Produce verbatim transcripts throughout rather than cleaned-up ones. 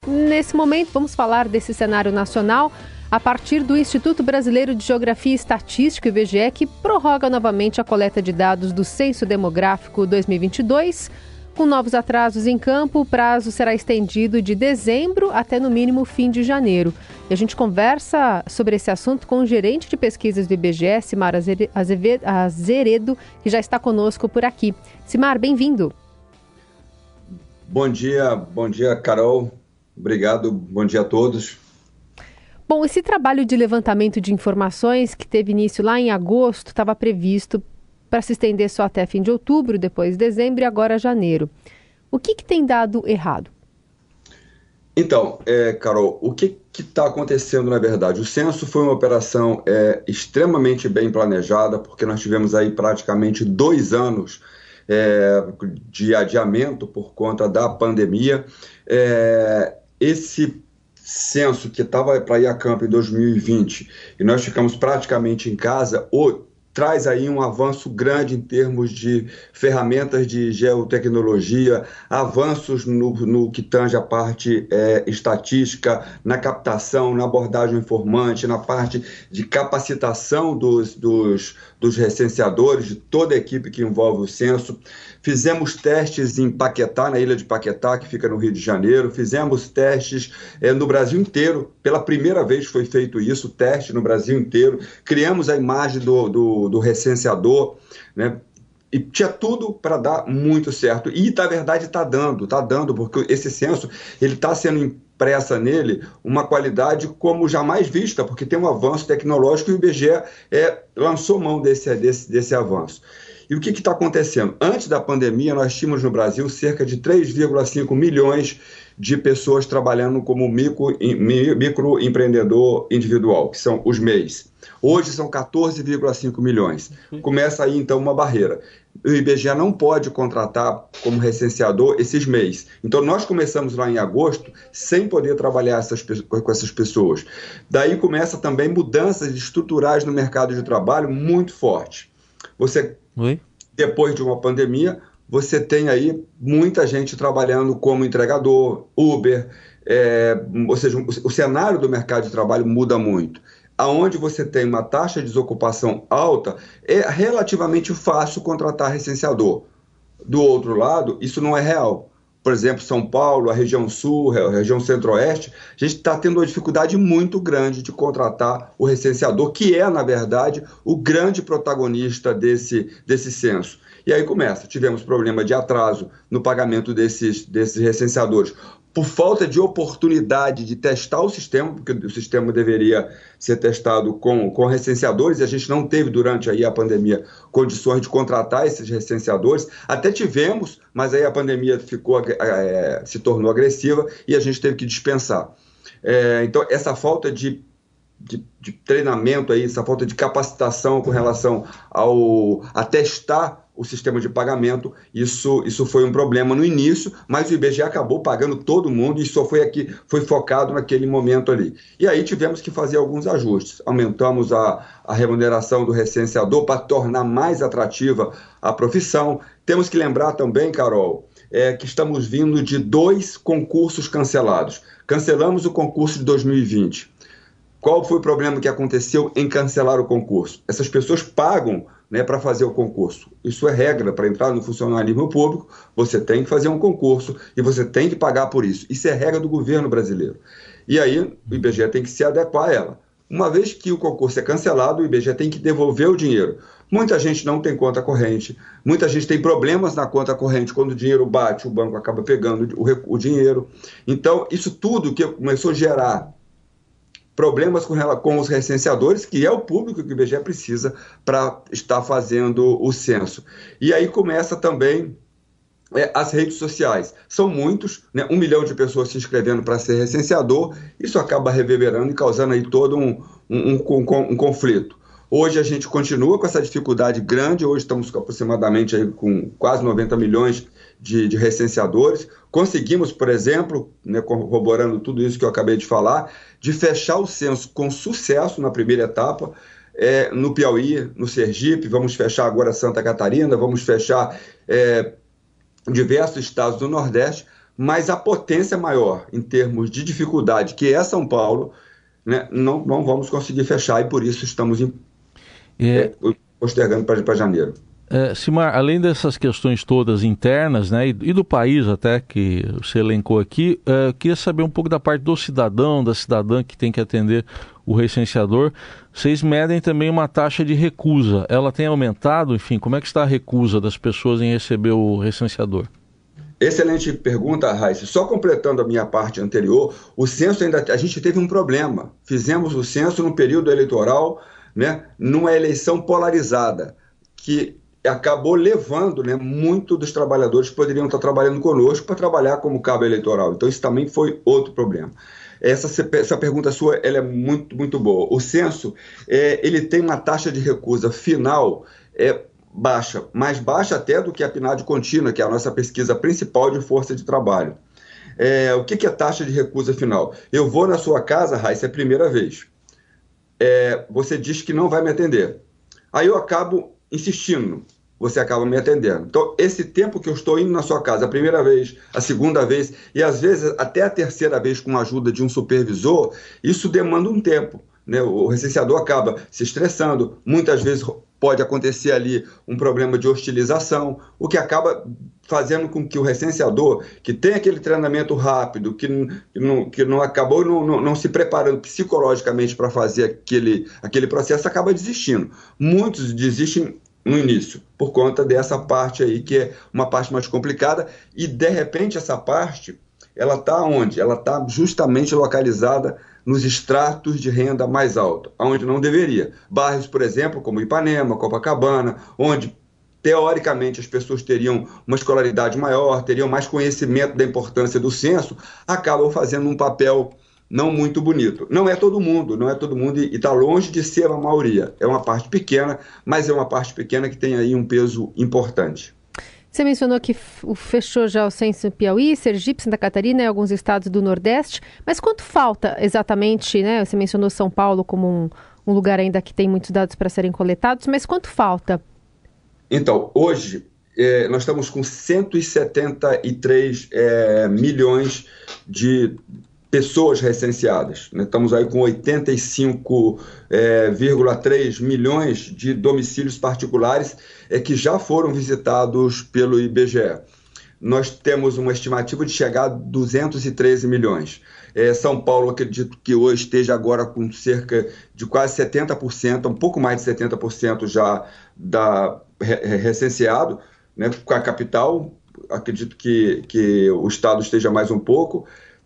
nesse momento vamos falar desse cenário nacional a partir do Instituto Brasileiro de Geografia e Estatística, I B G E, que prorroga novamente a coleta de dados do Censo Demográfico dois mil e vinte e dois. Com novos atrasos em campo, o prazo será estendido de dezembro até no mínimo fim de janeiro. E a gente conversa sobre esse assunto com o gerente de pesquisas do I B G E, Simar Azeredo, que já está conosco por aqui. Simar, bem-vindo. Bom dia, bom dia, Carol. Obrigado, bom dia a todos. Bom, esse trabalho de levantamento de informações que teve início lá em agosto estava previsto para se estender só até fim de outubro, depois dezembro e agora janeiro. O que, que tem dado errado? Então, é, Carol, o que está acontecendo na verdade? O censo foi uma operação é, extremamente bem planejada, porque nós tivemos aí praticamente dois anos é, de adiamento por conta da pandemia. É, esse censo que estava para ir a campo em dois mil e vinte e nós ficamos praticamente em casa, o, traz aí um avanço grande em termos de ferramentas de geotecnologia, avanços no, no que tange a parte é, estatística, na captação, na abordagem informante, na parte de capacitação dos, dos, dos recenseadores, de toda a equipe que envolve o censo. Fizemos testes em Paquetá, na ilha de Paquetá, que fica no Rio de Janeiro. Fizemos testes é, no Brasil inteiro. Pela primeira vez foi feito isso, teste no Brasil inteiro. Criamos a imagem do, do, do recenseador, né? E tinha tudo para dar muito certo. E, na verdade, está dando, está dando, porque esse censo ele está sendo impressa nele uma qualidade como jamais vista, porque tem um avanço tecnológico e o I B G E é, lançou mão desse, desse, desse avanço. E o que está acontecendo? Antes da pandemia, nós tínhamos no Brasil cerca de três vírgula cinco milhões de pessoas trabalhando como micro, microempreendedor individual, que são os M E Is. Hoje são quatorze vírgula cinco milhões. Começa aí, então, uma barreira. O I B G E não pode contratar como recenseador esses M E Is. Então, nós começamos lá em agosto sem poder trabalhar essas, com essas pessoas. Daí começa também mudanças estruturais no mercado de trabalho muito forte. Você, Oi? Depois de uma pandemia, você tem aí muita gente trabalhando como entregador, Uber, é, ou seja, o cenário do mercado de trabalho muda muito. Aonde você tem uma taxa de desocupação alta, é relativamente fácil contratar recenseador. Do outro lado, isso não é real. Por exemplo, São Paulo, a região sul, a região centro-oeste, a gente está tendo uma dificuldade muito grande de contratar o recenseador, que é, na verdade, o grande protagonista desse, desse censo. E aí começa, tivemos problema de atraso no pagamento desses, desses recenseadores, por falta de oportunidade de testar o sistema, porque o sistema deveria ser testado com, com recenseadores, e a gente não teve durante aí a pandemia condições de contratar esses recenseadores. Até tivemos, mas aí a pandemia ficou, é, se tornou agressiva e a gente teve que dispensar. É, então, essa falta de De, de treinamento, aí, essa falta de capacitação com relação ao, a testar o sistema de pagamento, isso, isso foi um problema no início, mas o I B G E acabou pagando todo mundo e só foi, aqui, foi focado naquele momento ali. E aí tivemos que fazer alguns ajustes. Aumentamos a, a remuneração do recenseador para tornar mais atrativa a profissão. Temos que lembrar também, Carol, é, que estamos vindo de dois concursos cancelados. Cancelamos o concurso de dois mil e vinte. Qual foi o problema que aconteceu em cancelar o concurso? Essas pessoas pagam, né, para fazer o concurso. Isso é regra, para entrar no funcionalismo público, você tem que fazer um concurso e você tem que pagar por isso. Isso é regra do governo brasileiro. E aí o I B G E tem que se adequar a ela. Uma vez que o concurso é cancelado, o I B G E tem que devolver o dinheiro. Muita gente não tem conta corrente, muita gente tem problemas na conta corrente, quando o dinheiro bate, o banco acaba pegando o, o dinheiro. Então, isso tudo que começou a gerar problemas com, com os recenseadores, que é o público que o I B G E precisa para estar fazendo o censo. E aí começa também é, as redes sociais. São muitos, né, um milhão de pessoas se inscrevendo para ser recenseador, isso acaba reverberando e causando aí todo um, um, um, um, um conflito. Hoje a gente continua com essa dificuldade grande, hoje estamos aproximadamente aí com quase noventa milhões de, de recenseadores. Conseguimos, por exemplo, né, corroborando tudo isso que eu acabei de falar, de fechar o censo com sucesso na primeira etapa, é, no Piauí, no Sergipe, vamos fechar agora Santa Catarina, vamos fechar é, diversos estados do Nordeste, mas a potência maior em termos de dificuldade, que é São Paulo, né, não, não vamos conseguir fechar e por isso estamos em, é... É, postergando para janeiro. É, Simar, além dessas questões todas internas, né, e, e do país até que você elencou aqui, é, queria saber um pouco da parte do cidadão, da cidadã que tem que atender o recenseador. Vocês medem também uma taxa de recusa. Ela tem aumentado? Enfim, como é que está a recusa das pessoas em receber o recenseador? Excelente pergunta, Raíssa. Só completando a minha parte anterior, o censo ainda, a gente teve um problema. Fizemos o censo no período eleitoral, né, numa eleição polarizada, que acabou levando, né, muito dos trabalhadores que poderiam estar trabalhando conosco para trabalhar como cabo eleitoral. Então isso também foi outro problema. Essa, essa pergunta sua ela é muito, muito boa. O censo é, ele tem uma taxa de recusa final é, baixa, mais baixa até do que a PNAD contínua, que é a nossa pesquisa principal de força de trabalho. É, o que, que é taxa de recusa final? Eu vou na sua casa, Raíssa, é a primeira vez. É, você diz que não vai me atender. Aí eu acabo insistindo, você acaba me atendendo. Então, esse tempo que eu estou indo na sua casa, a primeira vez, a segunda vez, e às vezes até a terceira vez com a ajuda de um supervisor, isso demanda um tempo, né? O recenseador acaba se estressando, muitas vezes pode acontecer ali um problema de hostilização, o que acaba fazendo com que o recenseador, que tem aquele treinamento rápido, que, que, não, que não acabou não, não, não se preparando psicologicamente para fazer aquele, aquele processo, acaba desistindo. Muitos desistem no início, por conta dessa parte aí, que é uma parte mais complicada, e de repente essa parte, ela está onde? Ela está justamente localizada nos estratos de renda mais alto, onde não deveria. Bairros, por exemplo, como Ipanema, Copacabana, onde teoricamente as pessoas teriam uma escolaridade maior, teriam mais conhecimento da importância do censo, acabam fazendo um papel não muito bonito. Não é todo mundo, não é todo mundo, e está longe de ser a maioria. É uma parte pequena, mas é uma parte pequena que tem aí um peso importante. Você mencionou que fechou já o censo em Piauí, Sergipe, Santa Catarina e alguns estados do Nordeste, mas quanto falta exatamente, né? Você mencionou São Paulo como um, um lugar ainda que tem muitos dados para serem coletados, mas quanto falta? Então, hoje, eh, nós estamos com cento e setenta e três eh, milhões de pessoas recenseadas, né? Estamos aí com oitenta e cinco vírgula três milhões de domicílios particulares é, que já foram visitados pelo I B G E. Nós temos uma estimativa de chegar a duzentos e treze milhões. É, São Paulo, acredito que hoje esteja agora com cerca de quase setenta por cento, um pouco mais de setenta por cento já da, re, recenseado, né? Com a capital, acredito que, que o estado esteja mais um pouco.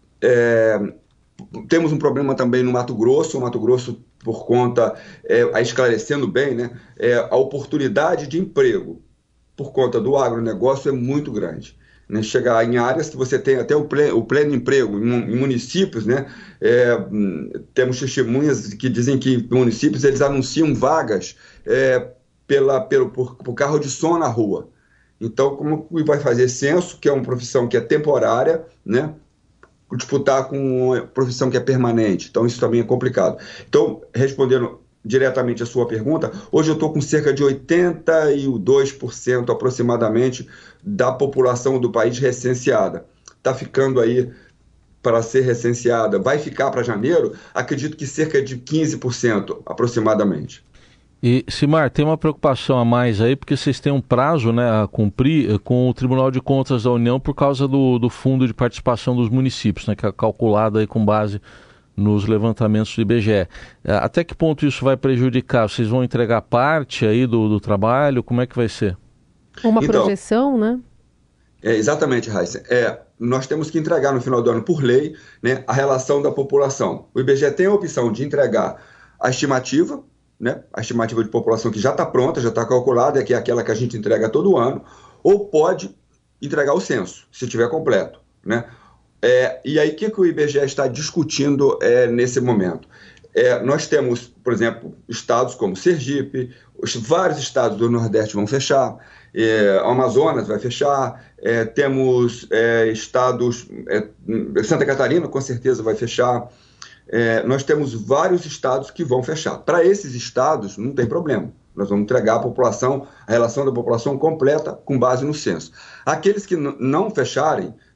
É, temos um problema também no Mato Grosso, o Mato Grosso por conta, é, a esclarecendo bem, né, é, a oportunidade de emprego por conta do agronegócio é muito grande. Né, chegar em áreas que você tem até o pleno, o pleno emprego, em, em municípios, né, é, temos testemunhas que dizem que municípios eles anunciam vagas é, pela, pelo, por, por carro de som na rua. Então, como vai fazer censo, que é uma profissão que é temporária, né, disputar com uma profissão que é permanente. Então, isso também é complicado. Então, respondendo diretamente a sua pergunta, hoje eu estou com cerca de oitenta e dois por cento aproximadamente da população do país recenseada. Está ficando aí para ser recenseada. Vai ficar para janeiro? Acredito que cerca de quinze por cento aproximadamente. E, Simar, tem uma preocupação a mais aí, porque vocês têm um prazo, né, a cumprir com o Tribunal de Contas da União por causa do, do Fundo de Participação dos Municípios, né, que é calculado aí com base nos levantamentos do I B G E. Até que ponto isso vai prejudicar? Vocês vão entregar parte aí do, do trabalho? Como é que vai ser? Uma então, projeção, né? É, exatamente, Raíssa. É, nós temos que entregar no final do ano, por lei, né, a relação da população. O I B G E tem a opção de entregar a estimativa, né, a estimativa de população que já está pronta, já está calculada, que é aquela que a gente entrega todo ano, ou pode entregar o censo, se estiver completo. Né? É, e aí, o que, que o I B G E está discutindo é, nesse momento? É, nós temos, por exemplo, estados como Sergipe, os, vários estados do Nordeste vão fechar, é, o Amazonas vai fechar, é, temos é, estados, é, Santa Catarina com certeza vai fechar, é, nós temos vários estados que vão fechar. Para esses estados não tem problema, nós vamos entregar a população, a relação da população completa com base no censo. Aqueles que n- não fecharem,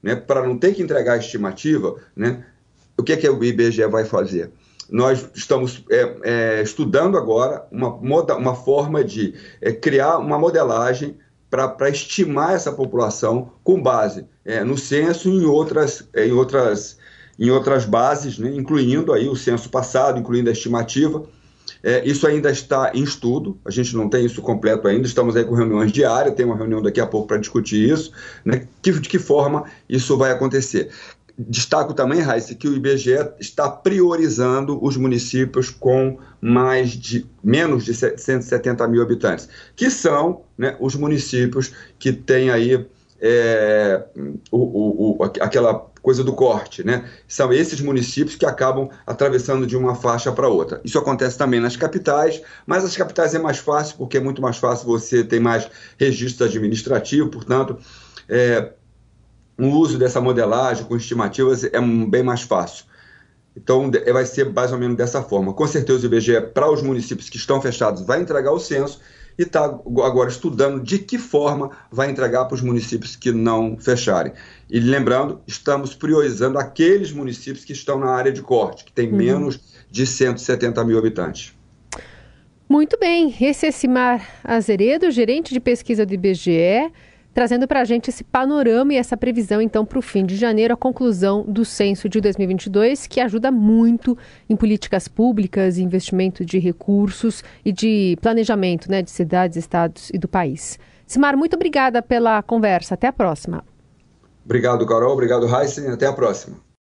né, para não ter que entregar a estimativa, né, o que, é que o I B G E vai fazer? Nós estamos é, é, estudando agora uma, moda, uma forma de é, criar uma modelagem para estimar essa população com base é, no censo e em outras, em outras, em outras bases, né, incluindo aí o censo passado, incluindo a estimativa. É, isso ainda está em estudo, a gente não tem isso completo ainda, estamos aí com reuniões diárias, tem uma reunião daqui a pouco para discutir isso, né, que, de que forma isso vai acontecer. Destaco também, Raíssa, que o I B G E está priorizando os municípios com mais de, menos de cento e setenta mil habitantes, que são, né, os municípios que têm aí é, o, o, o, aquela coisa do corte, né? São esses municípios que acabam atravessando de uma faixa para outra. Isso acontece também nas capitais, mas as capitais é mais fácil, porque é muito mais fácil, você tem mais registro administrativo, portanto, é, o uso dessa modelagem com estimativas é bem mais fácil. Então, vai ser mais ou menos dessa forma. Com certeza, o I B G E, para os municípios que estão fechados, vai entregar o censo e está agora estudando de que forma vai entregar para os municípios que não fecharem. E lembrando, estamos priorizando aqueles municípios que estão na área de corte, que tem uhum. menos de cento e setenta mil habitantes. Muito bem. Esse é Cimar Azeredo, gerente de pesquisa do I B G E, trazendo para a gente esse panorama e essa previsão, então, para o fim de janeiro, a conclusão do censo de dois mil e vinte e dois, que ajuda muito em políticas públicas, investimento de recursos e de planejamento, né, de cidades, estados e do país. Cimar, muito obrigada pela conversa. Até a próxima. Obrigado, Carol. Obrigado, Raíssa. Até a próxima.